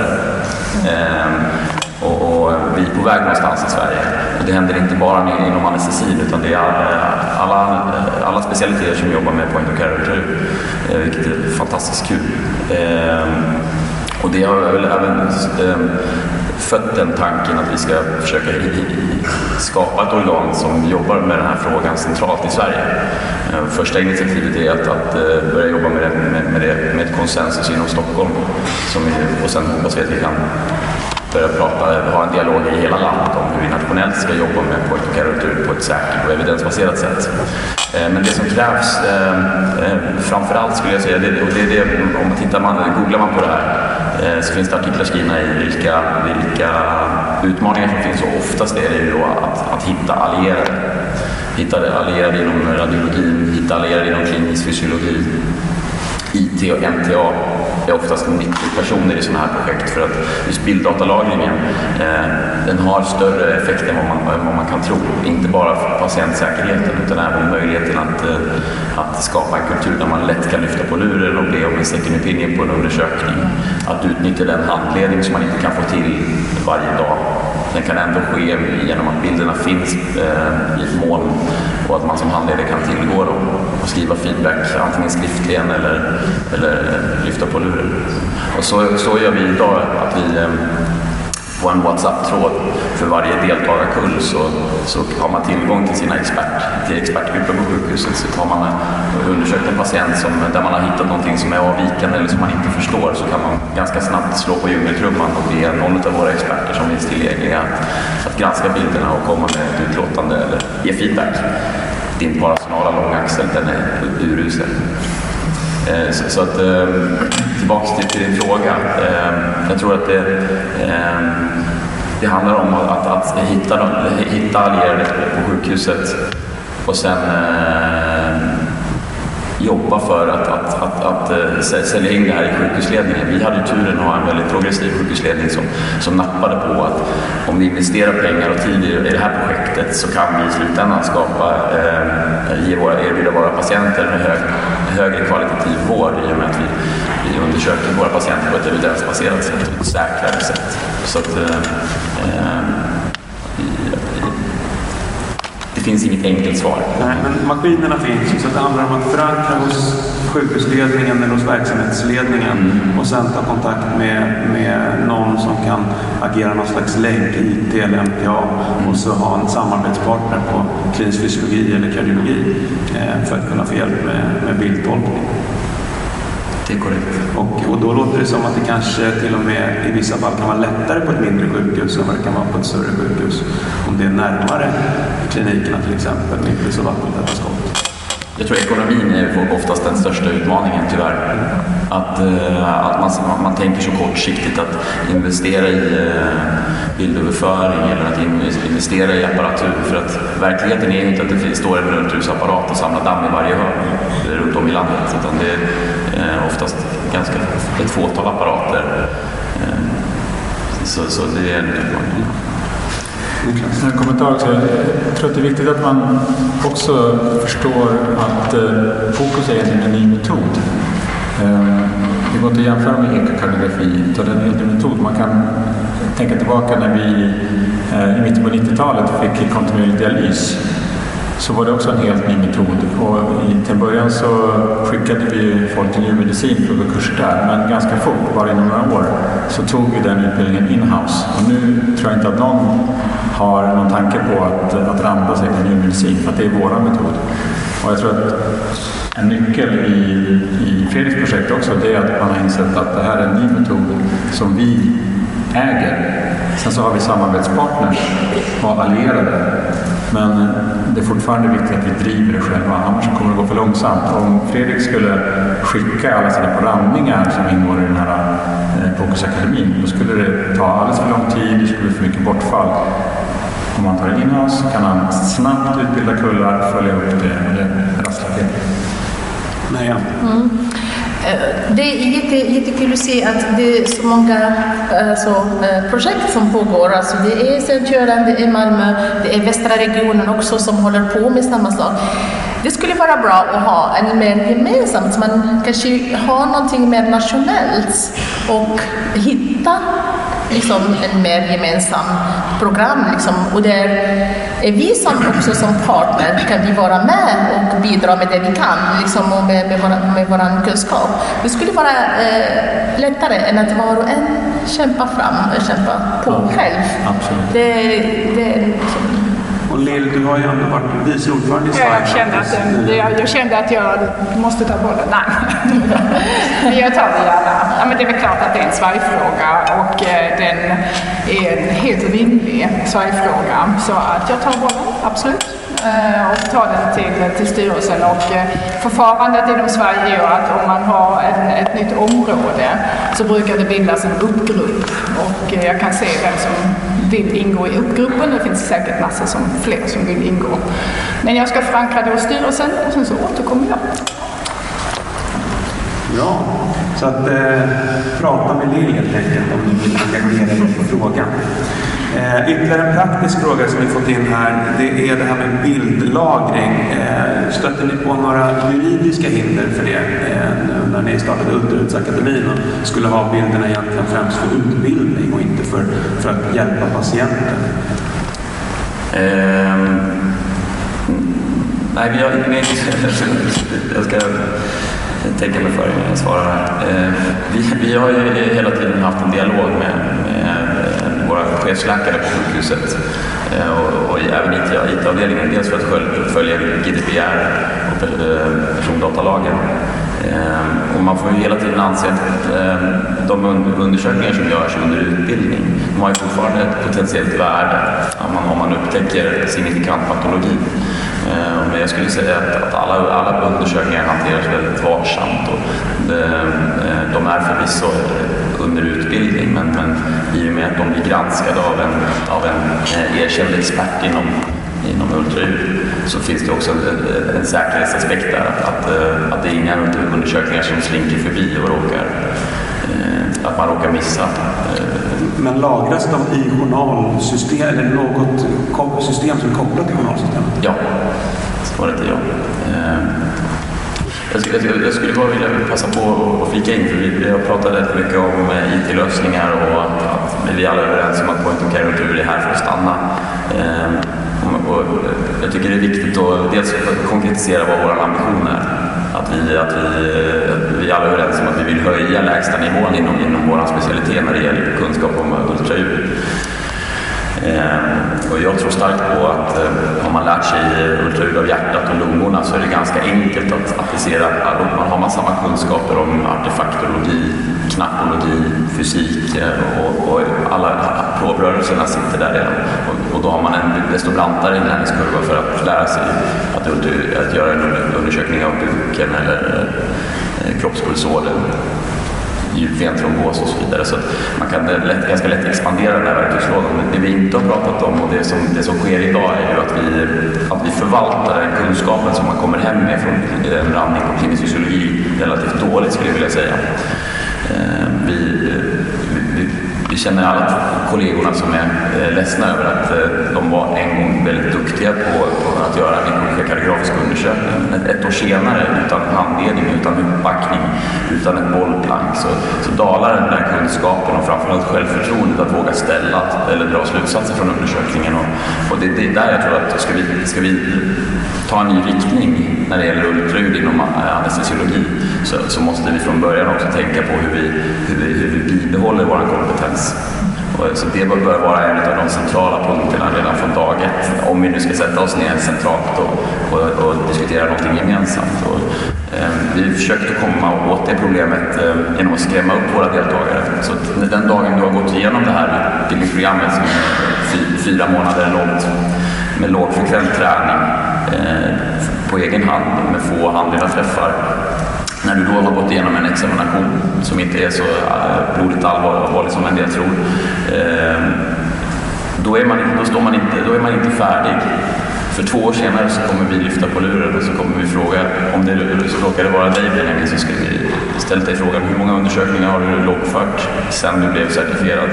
Och vi är på väg någonstans i Sverige. Och det händer inte bara inom anestesin, utan det är alla specialiteter som jobbar med point of care, vilket är fantastiskt kul. Och det har väl även fött den tanken att vi ska försöka skapa ett organ som jobbar med den här frågan centralt i Sverige. Första initiativet är att börja jobba med ett konsensus inom Stockholm, och sen hoppas vi att vi kan börja ha en dialog i hela landet om hur vi nationellt ska jobba med point of care på ett säkert och evidensbaserat sätt. Men det som krävs framförallt, skulle jag säga, googlar man på det här så finns det artiklar skrivna i vilka utmaningar som finns, och oftast är det ju då att hitta allierade. Hitta allierade inom radiologin, hitta allierade inom klinisk fysiologi. IT och MTA är oftast 90 personer i sådana här projekt, för att just bilddatalagringen den har större effekt än vad man kan tro. Inte bara för patientsäkerheten utan även möjligheten att skapa en kultur där man lätt kan lyfta på luren och be om en second opinion på en undersökning. Att utnyttja den handledning som man inte kan få till varje dag. Den kan ändå ske genom att bilderna finns i ett moln och att man som handledare kan tillgå dem och skriva feedback antingen skriftligen eller lyfta på luren. Och så gör vi idag, att vi på en WhatsApp-tråd för varje deltagarkull så har man tillgång till sina expertgrupper på sjukhuset. Så tar man undersökt en patient där man har hittat någonting som är avvikande eller som man inte förstår, så kan man ganska snabbt slå på djungeltrumman och be någon av våra experter som finns tillgängliga att granska bilderna och komma med ett utlåtande eller ge feedback. Din parasonala långaxel, den är urusel. Så att tillbaka till din fråga. Jag tror att det handlar om att hitta allierade på sjukhuset och sen jobba för att sälja in det här i sjukhusledningen. Vi hade turen att ha en väldigt progressiv sjukhusledning som nappade på att om vi investerar pengar och tid i det här projektet så kan vi i slutändan erbjuda våra patienter med högre kvalitativ vård i och med att vi undersöker våra patienter på ett evidensbaserat sätt och ett säkrare sätt. Så att, det finns inget enkelt svar. Nej, men maskinerna finns, så det handlar om att förankra hos sjukhusledningen eller hos verksamhetsledningen och sen ta kontakt med någon som kan agera någon slags länk, IT eller MPA, och så ha en samarbetspartner på klinisk fysiologi eller kardiologi för att kunna få hjälp med bildtolkning. Det är korrekt. Och då låter det som att det kanske till och med i vissa fall kan vara lättare på ett mindre sjukhus än vad det kan vara på ett större sjukhus. Om det är närmare klinikerna till exempel, med inte så vattentäta skott. Jag tror ekonomin är oftast den största utmaningen tyvärr. Att man tänker så kortsiktigt att investera i bildöverföring eller att investera i apparatur. För att verkligheten är ju inte att det står en röntgenapparat och samlar damm i varje hörn runt om i landet. Utan det är oftast ganska ett fåtal apparater. Så det är en utmaning. En kommentar också. Jag tror att det är viktigt att man också förstår att fokus är egentligen en ny metod. Det går inte att jämföra med ekokardiografi, utan det är en helt ny metod. Man kan tänka tillbaka när vi i mitten på 90-talet fick kontinuerlig dialys. Så var det också en helt ny metod. Och till början så skickade vi folk till djurmedicin för att gå kurser där. Men ganska fort, bara inom några år, så tog vi den utbildningen in-house. Och nu tror jag inte att någon har någon tanke på att ramla sig på djurmedicin, för att det är vår metod. Och jag tror att en nyckel i Fredriks projekt också, det är att man har insett att det här är en ny metod som vi äger. Sen så har vi samarbetspartners och allierade. Men det är fortfarande viktigt att vi driver det själva, annars kommer det gå för långsamt. Om Fredrik skulle skicka alla sina programningar som ingår i den här Fokusakademin, då skulle det ta alldeles för lång tid, det skulle bli för mycket bortfall. Om man tar det in oss kan han snabbt utbilda kullar, följa upp det och det rasslar till. Nej, ja. Det är jättekul att se att det är så många projekt som pågår. Alltså det är Södertörn, det är Malmö, det är västra regionen också som håller på med samma sak. Det skulle vara bra att ha en mer gemensamt, så man kanske har någonting mer nationellt och hitta liksom en mer gemensam program liksom. Och där är vi som partner kan vi vara med och bidra med det vi kan liksom, och med vår kunskap. Det skulle vara lättare än att var och en kämpa på själv. Absolut. Det är liksom. Och Lill, du har ju ändå varit vice ordförande i Sverige. Jag kände att jag måste ta bollen. Nej, men jag tar det gärna. Ja, men det är väl klart att det är en Sverigefråga och den är en helt rimlig Sverigefråga. Så att jag tar bollen, absolut. Och tar den till styrelsen. Och förfarandet inom Sverige är att om man har ett nytt område så brukar det bildas en uppgrupp. Och jag kan se vem som vill ingå i uppgruppen. Det finns säkert massor fler som vill ingå. Men jag ska förankra det hos styrelsen och sen så återkommer jag. Ja, så att prata med Lill helt enkelt om ni vill engagera er på frågan. Ytterligare en praktisk fråga som vi fått in här, det är det här med bildlagring. Stöter ni på några juridiska hinder för det när ni startade Ultraljudsakademin och skulle ha bilderna egentligen främst för utbildning och inte för att hjälpa patienten? Nej, jag ska tänka mig för innan jag svarar här. Vi har ju hela tiden haft en dialog med våra chefsläkare på sjukhuset och även IT-avdelningen, dels för att följa GDPR och persondatalagen. Och man får ju hela tiden anse att de undersökningar som görs under utbildning, de har ju fortfarande ett potentiellt värde om man upptäcker signifikant patologi. Men jag skulle säga att alla undersökningar hanteras väldigt varsamt och de är förvisso under utbildning, men i och med att de blir granskade av en erkänd expert inom ultraljud så finns det också en säkerhetsaspekt där att det är inga undersökningar som slinker förbi och att man råkar missa. Men lagras de i journalsystem eller något system som är kopplat till journalsystemet? Ja, svaret är ja. Jag skulle bara vilja passa på att flika in, för vi har pratat rätt mycket om IT-lösningar och att vi alla är överens om att point of care är här för att stanna. Och jag tycker det är viktigt att dels konkretisera vad vår ambition är. Att vi alla är överens om att vi vill höja lägsta nivån inom vår specialitet när det gäller kunskap om ultraljud. Och jag tror starkt på att om man lärt sig ultraljud av hjärtat och lungorna så är det ganska enkelt att applicera. Har man samma kunskaper om artefaktologi, knappologi, fysik och alla provrörelserna sitter där redan. Och då har man en desto brantare inlärningskurva för att lära sig att göra en undersökning av buken eller kroppspulsådern, djupventrombos och så vidare. Så man kan ganska lätt expandera den här verktygslådan. Men det vi inte har pratat om och det som sker idag är ju att vi förvaltar den kunskapen som man kommer hem med från en ramning på klinisk fysiologi relativt dåligt, skulle jag vilja säga. Vi känner alla kollegorna som är ledsna över att de var en gång väldigt duktiga på att göra en kardiografiskt undersökning. Ett år senare, utan handledning, utan uppbackning, utan ett bollplank, så dalar den där kunskapen och framförallt självförtroendet att våga ställa eller dra slutsatser från undersökningen. Och det är där jag tror att ska vi ta en ny riktning när det gäller ultraljud inom anestesiologi så måste vi från början också tänka på hur vi bibehåller vår kompetens. Så det bör vara en av de centrala punkterna redan från dag ett, om vi nu ska sätta oss ner centralt och diskutera någonting gemensamt. Vi försökte komma åt det problemet genom att skrämma upp våra deltagare. Så den dagen du har gått igenom det här utbildningsprogrammet som är 4 månader långt med lågfrekvent träning på egen hand med få handledda träffar, när du då har gått igenom en examination som inte är så blodigt allvarlig som en del tror, då är man inte färdig. För 2 år senare så kommer vi lyfta på luren och så kommer vi fråga, om det råkar vara dig Benjamin, så ska vi ställa dig frågan: hur många undersökningar har du logfört sedan du blev certifierad?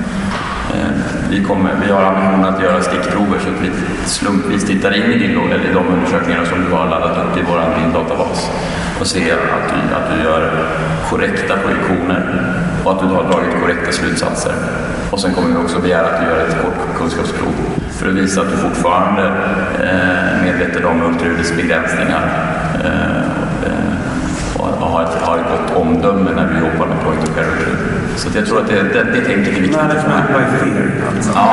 Vi har ambitionen att göra stickprover så att vi slumpvis tittar in i de undersökningar som du har laddat upp i vår databas och se att du gör korrekta projektioner och att du har dragit korrekta slutsatser. Och sen kommer vi också begära att du gör ett kort kunskapsprov för att visa att du fortfarande är medveten om ultraljudets begränsningar och har ett gott omdöme när du jobbar med point of care. Så jag tror att det tänker är viktigt. Management by fear, alltså. Ja.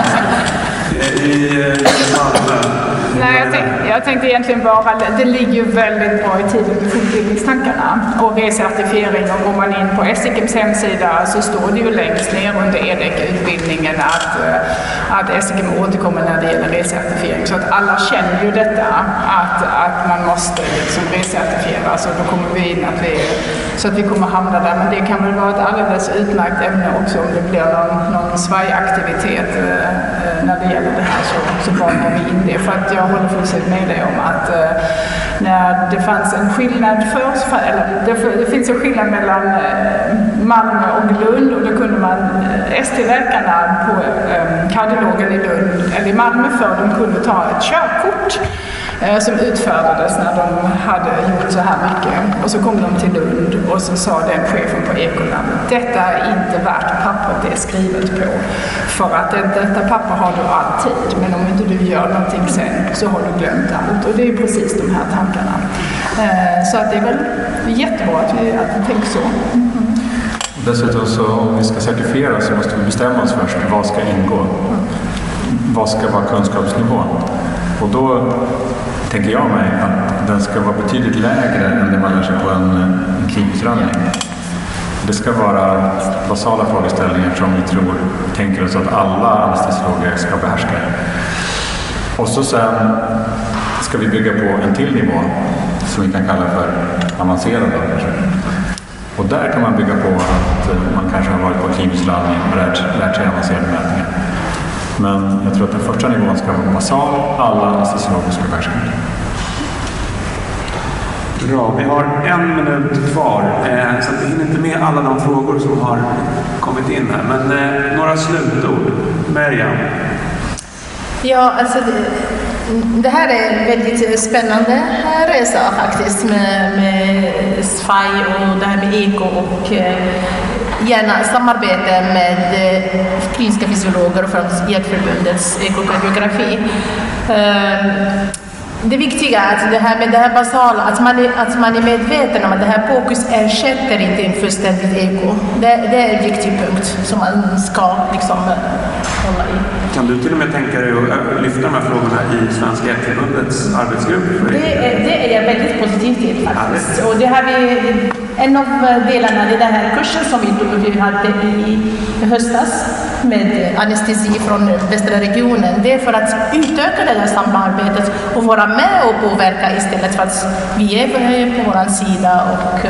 I Malmö. Nej, jag tänkte egentligen bara, det ligger ju väldigt bra i tiden med fortbildningstankarna och recertifiering. Och går man in på Essicems hemsida så står det ju längst ner under EDEC-utbildningen att Essicem återkommer när det gäller recertifiering. Så att alla känner ju detta, att man måste liksom recertifiera. Så då kommer vi in så att vi kommer hamna där. Men det kan väl vara ett alldeles utmärkt ämne också om det blir någon svajaktivitet när det gäller det här, så bakar vi in det. För att jag håller fullständigt med dig om att när det fanns en skillnad det finns en skillnad mellan Malmö och Lund, och då kunde man ST-läkarna på kardiologen i Lund eller i Malmö de kunde ta ett körkort som utfärdades när de hade gjort så här mycket. Och så kom de till Lund och så sa den chefen på Ecolab: detta är inte värt pappret det är skrivet på. För att detta papper har du alltid, men om inte du gör någonting sen så har du glömt allt. Och det är precis de här tankarna. Så att det är väl jättebra att vi tänker så. Dessutom så om vi ska certifiera så måste vi bestämma oss först vad ska ingå. Vad ska vara kunskapsnivå? Och då tänker jag mig att den ska vara betydligt lägre än det man lär sig på en klinisk övning. Det ska vara basala frågeställningar som vi tänker oss att alla anestesiologer ska behärska. Och så sen ska vi bygga på en till nivå som vi kan kalla för avancerad kanske. Och där kan man bygga på att man kanske har varit på klinisk landning och lärt sig avancerade mätningar. Men jag tror att den första nivån ska vara basal, alla anestesiologer ska behärska. Bra, vi har 1 minut kvar så att vi hinner inte med alla de frågor som har kommit in här. Men några slutord. Merjam. Ja, alltså det här är en väldigt spännande resa faktiskt med SFAI och det här med eko och gärna samarbete med kliniska fysiologer och från Hjärtförbundets ekokardiografi. Det viktiga är att det här basala, att man är medveten om att det här fokus ersätter inte en fullständigt eko. Det är en viktig punkt som man ska liksom hålla i. Kan du till och med tänka dig att lyfta de här frågorna i Svenska Hjärtförbundets arbetsgrupp? Det är jag väldigt positiv till faktiskt. Och det har vi, en av delarna i den här kursen som vi hade i höstas med anestesi från västra regionen, det är för att utöka det här samarbetet och vara med och påverka istället för att vi är på vår sida. Och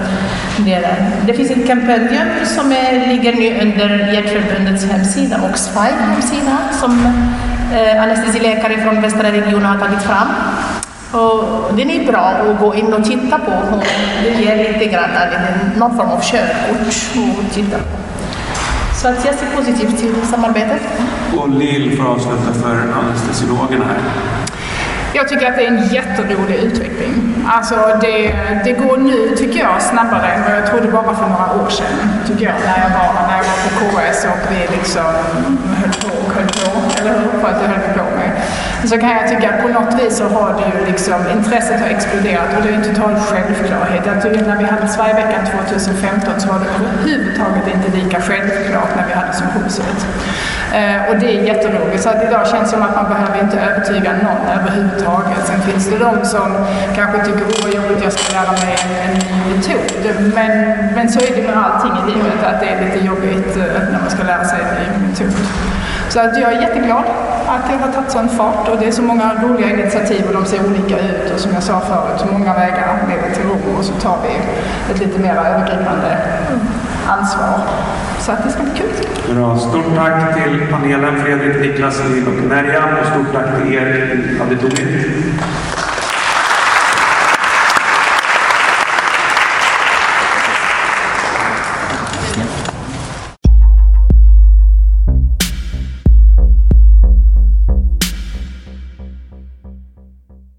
det finns ett kompendium som ligger nu under Hjärtförbundets hemsida och SFAI hemsida som anestesiläkare från västra regionen har tagit fram. Och den är bra att gå in och titta på. Det ger lite grann någon form av körkort att titta på. Så att jag ser positivt till samarbetet. Och Lill får avsluta för anestesiologerna här. Jag tycker att det är en jätterolig utveckling. Alltså det går nu, tycker jag, snabbare än vad jag trodde bara för några år sedan. Tycker jag, när jag var på KS och vi liksom höll på, eller hur? För att det höll på med. Så kan jag tycka att på något vis så har det ju liksom, intresset har exploderat och det är en total självklarhet. Jag tycker när vi hade Sverigeveckan 2015 så var det överhuvudtaget inte lika självklart när vi hade symposiet. Och det är jätteroligt. Så att idag känns det som att man behöver inte övertyga någon överhuvudtaget. Sen finns det de som kanske tycker vad jobbigt jag ska lära mig en metod. Men så är det med allting i livet, att det är lite jobbigt när man ska lära sig en ny metod. Så att jag är jätteglad att det har tagit sån fart och det är så många roliga initiativ och de ser olika ut och som jag sa förut, så många vägar leder till Rom och så tar vi ett lite mer övergripande ansvar. Så att det ska bli kul. Bra. Stort tack till panelen Fredrik, Niklas, Lill och Merjam och stort tack till er i auditoriet.